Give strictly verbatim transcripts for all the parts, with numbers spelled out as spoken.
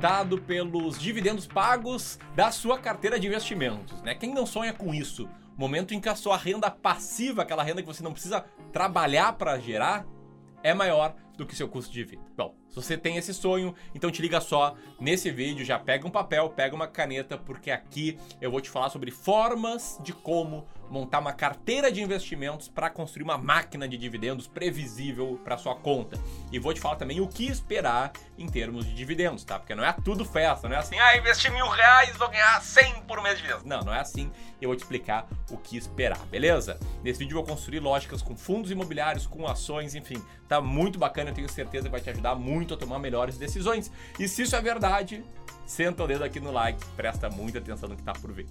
resultado pelos dividendos pagos da sua carteira de investimentos, né? Quem não sonha com isso? Momento em que a sua renda passiva, aquela renda que você não precisa trabalhar para gerar, é maior do que seu custo de vida. Bom, se você tem esse sonho, então te liga só nesse vídeo, já pega um papel, pega uma caneta, porque aqui eu vou te falar sobre formas de como montar uma carteira de investimentos para construir uma máquina de dividendos previsível para sua conta. E vou te falar também o que esperar em termos de dividendos, tá? Porque não é tudo festa, não é assim, ah, investi mil reais, vou ganhar cem por mês de dividendos. Não, não é assim. Eu vou te explicar o que esperar, beleza? Nesse vídeo eu vou construir lógicas com fundos imobiliários, com ações, enfim, tá muito bacana, eu tenho certeza que vai te ajudar muito a tomar melhores decisões. E se isso é verdade, senta o dedo aqui no like, presta muita atenção no que tá por vir.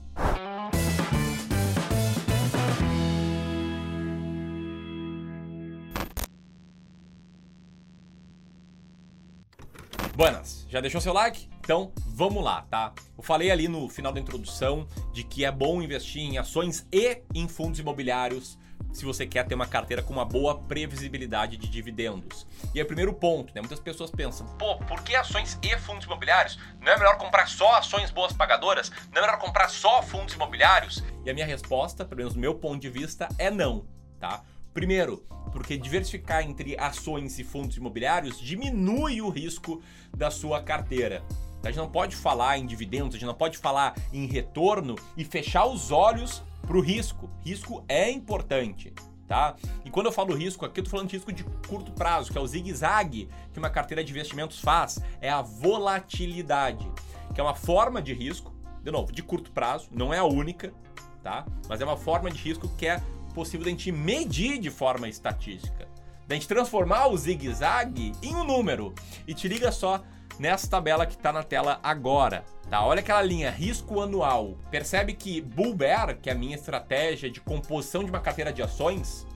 Buenas, já deixou seu like? Então vamos lá, tá? Eu falei ali no final da introdução de que é bom investir em ações e em fundos imobiliários se você quer ter uma carteira com uma boa previsibilidade de dividendos. E é o primeiro ponto, né? Muitas pessoas pensam, pô, por que ações e fundos imobiliários? Não é melhor comprar só ações boas pagadoras? Não é melhor comprar só fundos imobiliários? E a minha resposta, pelo menos do meu ponto de vista, é não, tá? Primeiro, porque diversificar entre ações e fundos imobiliários diminui o risco da sua carteira. A gente não pode falar em dividendos, a gente não pode falar em retorno e fechar os olhos para o risco. Risco é importante, tá? E quando eu falo risco, aqui eu tô falando de risco de curto prazo, que é o zigue-zague que uma carteira de investimentos faz, é a volatilidade, que é uma forma de risco, de novo, de curto prazo, não é a única, tá? Mas é uma forma de risco que é possível da gente medir de forma estatística, da gente transformar o zigue-zague em um número. E te liga só nessa tabela que está na tela agora, tá? Olha aquela linha, risco anual. Percebe que Bull Bear, que é a minha estratégia de composição de uma carteira de ações,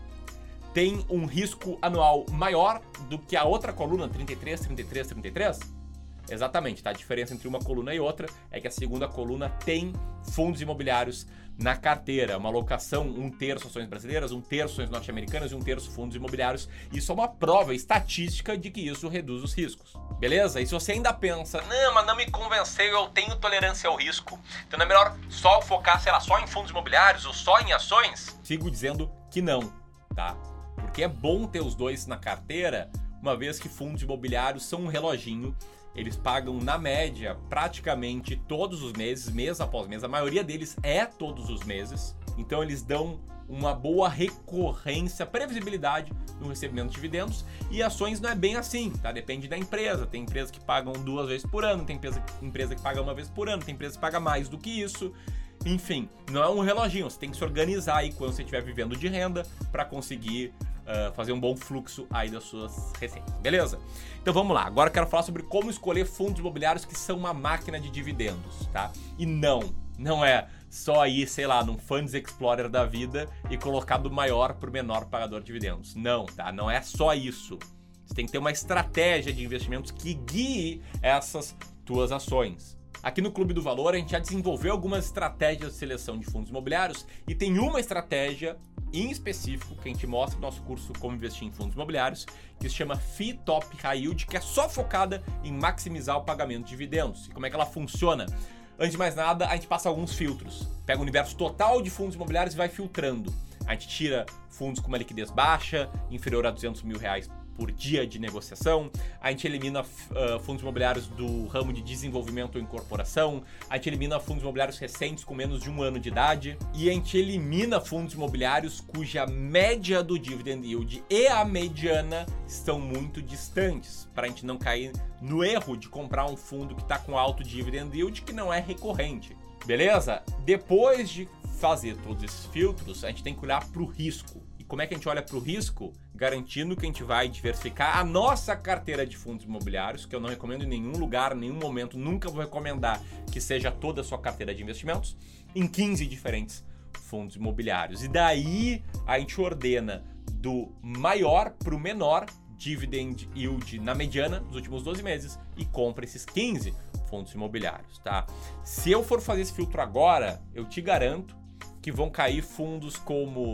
tem um risco anual maior do que a outra coluna, trinta e três, trinta e três, trinta e três? Exatamente, tá? A diferença entre uma coluna e outra é que a segunda coluna tem fundos imobiliários na carteira, uma alocação, um terço ações brasileiras, um terço ações norte-americanas e um terço fundos imobiliários. Isso é uma prova estatística de que isso reduz os riscos, beleza? E se você ainda pensa, não, mas não me convenceu, eu tenho tolerância ao risco, então não é melhor só focar, sei lá, só em fundos imobiliários ou só em ações? Sigo dizendo que não, tá? Porque é bom ter os dois na carteira, uma vez que fundos imobiliários são um reloginho. Eles pagam, na média, praticamente todos os meses, mês após mês. A maioria deles é todos os meses. Então, eles dão uma boa recorrência, previsibilidade no recebimento de dividendos. E ações não é bem assim, tá? Depende da empresa. Tem empresas que pagam duas vezes por ano, tem empresa, empresa que paga uma vez por ano, tem empresa que paga mais do que isso. Enfim, não é um reloginho. Você tem que se organizar aí quando você estiver vivendo de renda para conseguir Uh, fazer um bom fluxo aí das suas receitas, beleza? Então vamos lá, agora eu quero falar sobre como escolher fundos imobiliários que são uma máquina de dividendos, tá? E não, não é só ir, sei lá, num Funds Explorer da vida e colocar do maior para o menor pagador de dividendos. Não, tá? Não é só isso. Você tem que ter uma estratégia de investimentos que guie essas tuas ações. Aqui no Clube do Valor a gente já desenvolveu algumas estratégias de seleção de fundos imobiliários e tem uma estratégia em específico que a gente mostra no nosso curso Como Investir em Fundos Imobiliários, que se chama F I Top High Yield, que é só focada em maximizar o pagamento de dividendos. E como é que ela funciona? Antes de mais nada, a gente passa alguns filtros. Pega o universo total de fundos imobiliários e vai filtrando. A gente tira fundos com uma liquidez baixa, inferior a duzentos mil reais por dia de negociação, a gente elimina uh, fundos imobiliários do ramo de desenvolvimento ou incorporação, a gente elimina fundos imobiliários recentes com menos de um ano de idade e a gente elimina fundos imobiliários cuja média do dividend yield e a mediana estão muito distantes, para a gente não cair no erro de comprar um fundo que está com alto dividend yield que não é recorrente, beleza? Depois de fazer todos esses filtros, a gente tem que olhar para o risco. Como é que a gente olha para o risco? Garantindo que a gente vai diversificar a nossa carteira de fundos imobiliários, que eu não recomendo em nenhum lugar, em nenhum momento, nunca vou recomendar que seja toda a sua carteira de investimentos, em quinze diferentes fundos imobiliários. E daí a gente ordena do maior para o menor dividend yield na mediana dos últimos doze meses e compra esses quinze fundos imobiliários, tá? Se eu for fazer esse filtro agora, eu te garanto que vão cair fundos como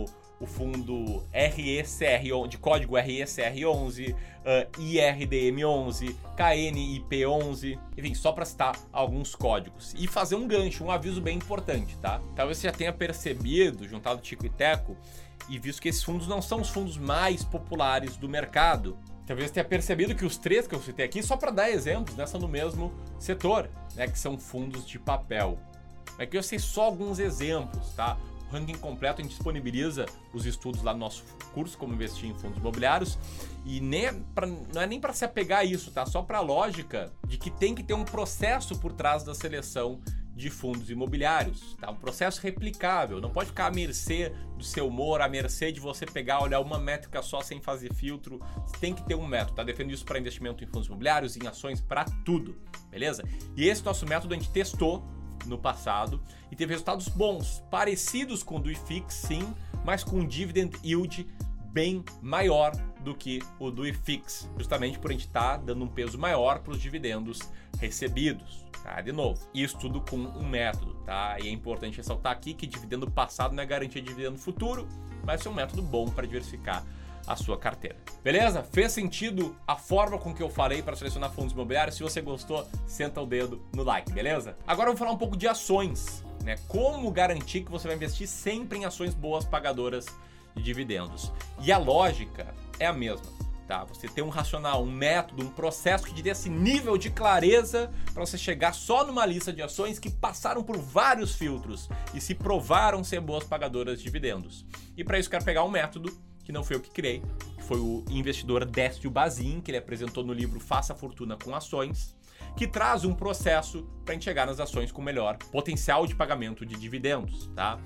o fundo R E C R, de código R E C R onze, uh, I R D M onze, K N I P onze, enfim, só para citar alguns códigos. E fazer um gancho, um aviso bem importante, tá? Talvez você já tenha percebido, juntado Tico e Teco, e visto que esses fundos não são os fundos mais populares do mercado. Talvez tenha percebido que os três que eu citei aqui, só para dar exemplos, né, são do mesmo setor, né, que são fundos de papel. Aqui eu sei só alguns exemplos, tá? O ranking completo a gente disponibiliza os estudos lá no nosso curso, como investir em fundos imobiliários, e nem é pra, não é nem para se apegar a isso, tá? Só para a lógica de que tem que ter um processo por trás da seleção de fundos imobiliários, tá? Um processo replicável, não pode ficar à mercê do seu humor, à mercê de você pegar, olhar uma métrica só sem fazer filtro. Você tem que ter um método, tá? Defendo isso para investimento em fundos imobiliários, em ações, para tudo, beleza? E esse nosso método a gente testou no passado e teve resultados bons, parecidos com o do I F I X, sim, mas com um dividend yield bem maior do que o do I F I X, justamente por a gente estar tá dando um peso maior para os dividendos recebidos, tá? De novo, isso tudo com um método, tá? E é importante ressaltar aqui que dividendo passado não é garantia de dividendo futuro, mas é um método bom para diversificar a sua carteira. Beleza? Fez sentido a forma com que eu falei para selecionar fundos imobiliários? Se você gostou, senta o dedo no like, beleza? Agora eu vou falar um pouco de ações, né? Como garantir que você vai investir sempre em ações boas pagadoras de dividendos. E a lógica é a mesma, tá? Você tem um racional, um método, um processo que te dê esse nível de clareza para você chegar só numa lista de ações que passaram por vários filtros e se provaram ser boas pagadoras de dividendos. E para isso eu quero pegar um método que não foi eu que criei, que foi o investidor Décio Bazin, que ele apresentou no livro Faça Fortuna com Ações, que traz um processo para a gente chegar nas ações com melhor potencial de pagamento de dividendos, tá?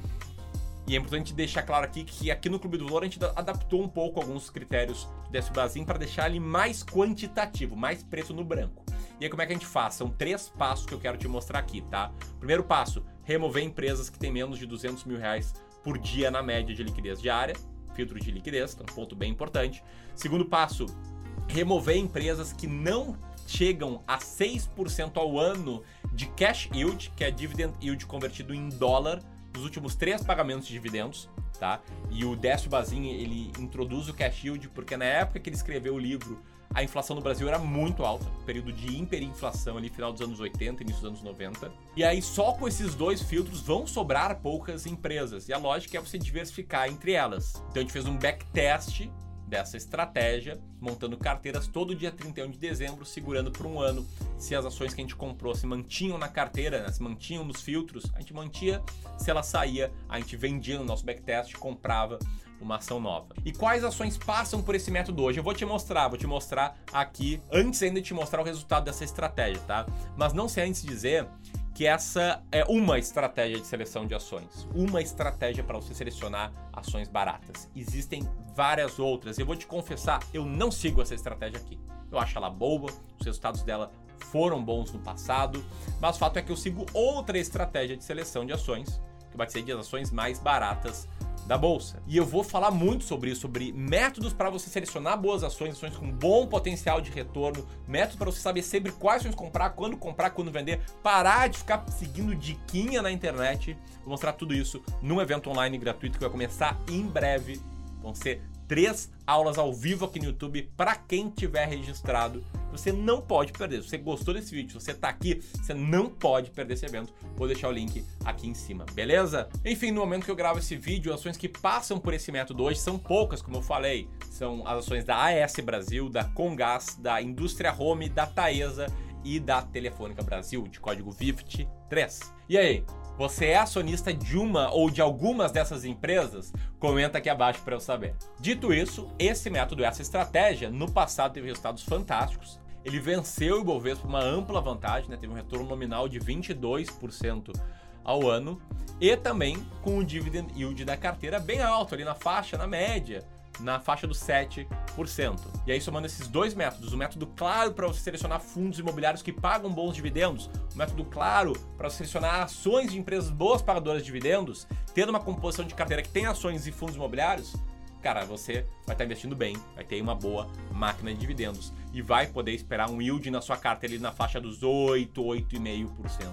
E é importante deixar claro aqui que aqui no Clube do Valor a gente adaptou um pouco alguns critérios do Décio Bazin para deixar ele mais quantitativo, mais preto no branco. E aí como é que a gente faz? São três passos que eu quero te mostrar aqui, tá? Primeiro passo, remover empresas que têm menos de duzentos mil reais por dia na média de liquidez diária, filtro de liquidez, então um ponto bem importante. Segundo passo, remover empresas que não chegam a seis por cento ao ano de cash yield, que é dividend yield convertido em dólar, nos últimos três pagamentos de dividendos, tá? E o Décio Bazin, ele introduz o cash yield porque na época que ele escreveu o livro, a inflação no Brasil era muito alta, período de hiperinflação ali, final dos anos oitenta, início dos anos noventa. E aí só com esses dois filtros vão sobrar poucas empresas. E a lógica é você diversificar entre elas. Então a gente fez um backtest dessa estratégia, montando carteiras todo dia trinta e um de dezembro, segurando por um ano. Se as ações que a gente comprou se mantinham na carteira, né, se mantinham nos filtros, a gente mantinha. Se ela saía, a gente vendia no nosso backtest, comprava uma ação nova. E quais ações passam por esse método hoje? Eu vou te mostrar, vou te mostrar aqui, antes ainda de te mostrar o resultado dessa estratégia, tá? Mas não sei antes dizer que essa é uma estratégia de seleção de ações, uma estratégia para você selecionar ações baratas. Existem várias outras. Eu vou te confessar, eu não sigo essa estratégia aqui. Eu acho ela boba, os resultados dela foram bons no passado, mas o fato é que eu sigo outra estratégia de seleção de ações, que vai ser de ações mais baratas da bolsa. E eu vou falar muito sobre isso, sobre métodos para você selecionar boas ações, ações com bom potencial de retorno, métodos para você saber sempre quais ações comprar, quando comprar, quando vender, parar de ficar seguindo diquinha na internet. Vou mostrar tudo isso num evento online gratuito que vai começar em breve. Vão ser três aulas ao vivo aqui no YouTube para quem tiver registrado. Você não pode perder. Se você gostou desse vídeo, se você tá aqui, você não pode perder esse evento. Vou deixar o link aqui em cima, beleza? Enfim, no momento que eu gravo esse vídeo, as ações que passam por esse método hoje são poucas, como eu falei. São as ações da A S Brasil, da Comgás, da Indústria Home, da Taesa e da Telefônica Brasil, de código V I V T três. E aí? Você é acionista de uma ou de algumas dessas empresas? Comenta aqui abaixo para eu saber. Dito isso, esse método, essa estratégia, no passado teve resultados fantásticos. Ele venceu o Ibovespa por uma ampla vantagem, né? Teve um retorno nominal de vinte e dois por cento ao ano e também com o dividend yield da carteira bem alto, ali na faixa, na média, na faixa dos sete por cento. E aí, somando esses dois métodos, o método claro para você selecionar fundos imobiliários que pagam bons dividendos, o método claro para você selecionar ações de empresas boas pagadoras de dividendos, tendo uma composição de carteira que tem ações e fundos imobiliários, cara, você vai estar investindo bem, vai ter uma boa máquina de dividendos e vai poder esperar um yield na sua carteira ali na faixa dos oito, oito vírgula cinco por cento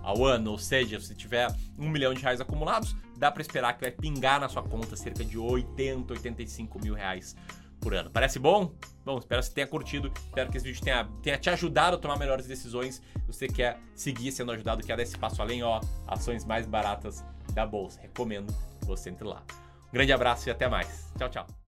ao ano. Ou seja, se tiver um milhão de reais acumulados, dá para esperar que vai pingar na sua conta cerca de oitenta, oitenta e cinco mil reais por ano. Parece bom? Bom, espero que você tenha curtido, espero que esse vídeo tenha, tenha te ajudado a tomar melhores decisões. Se você quer seguir sendo ajudado, quer dar esse passo além, ó, ações mais baratas da bolsa. Recomendo que você entre lá. Um grande abraço e até mais. Tchau, tchau.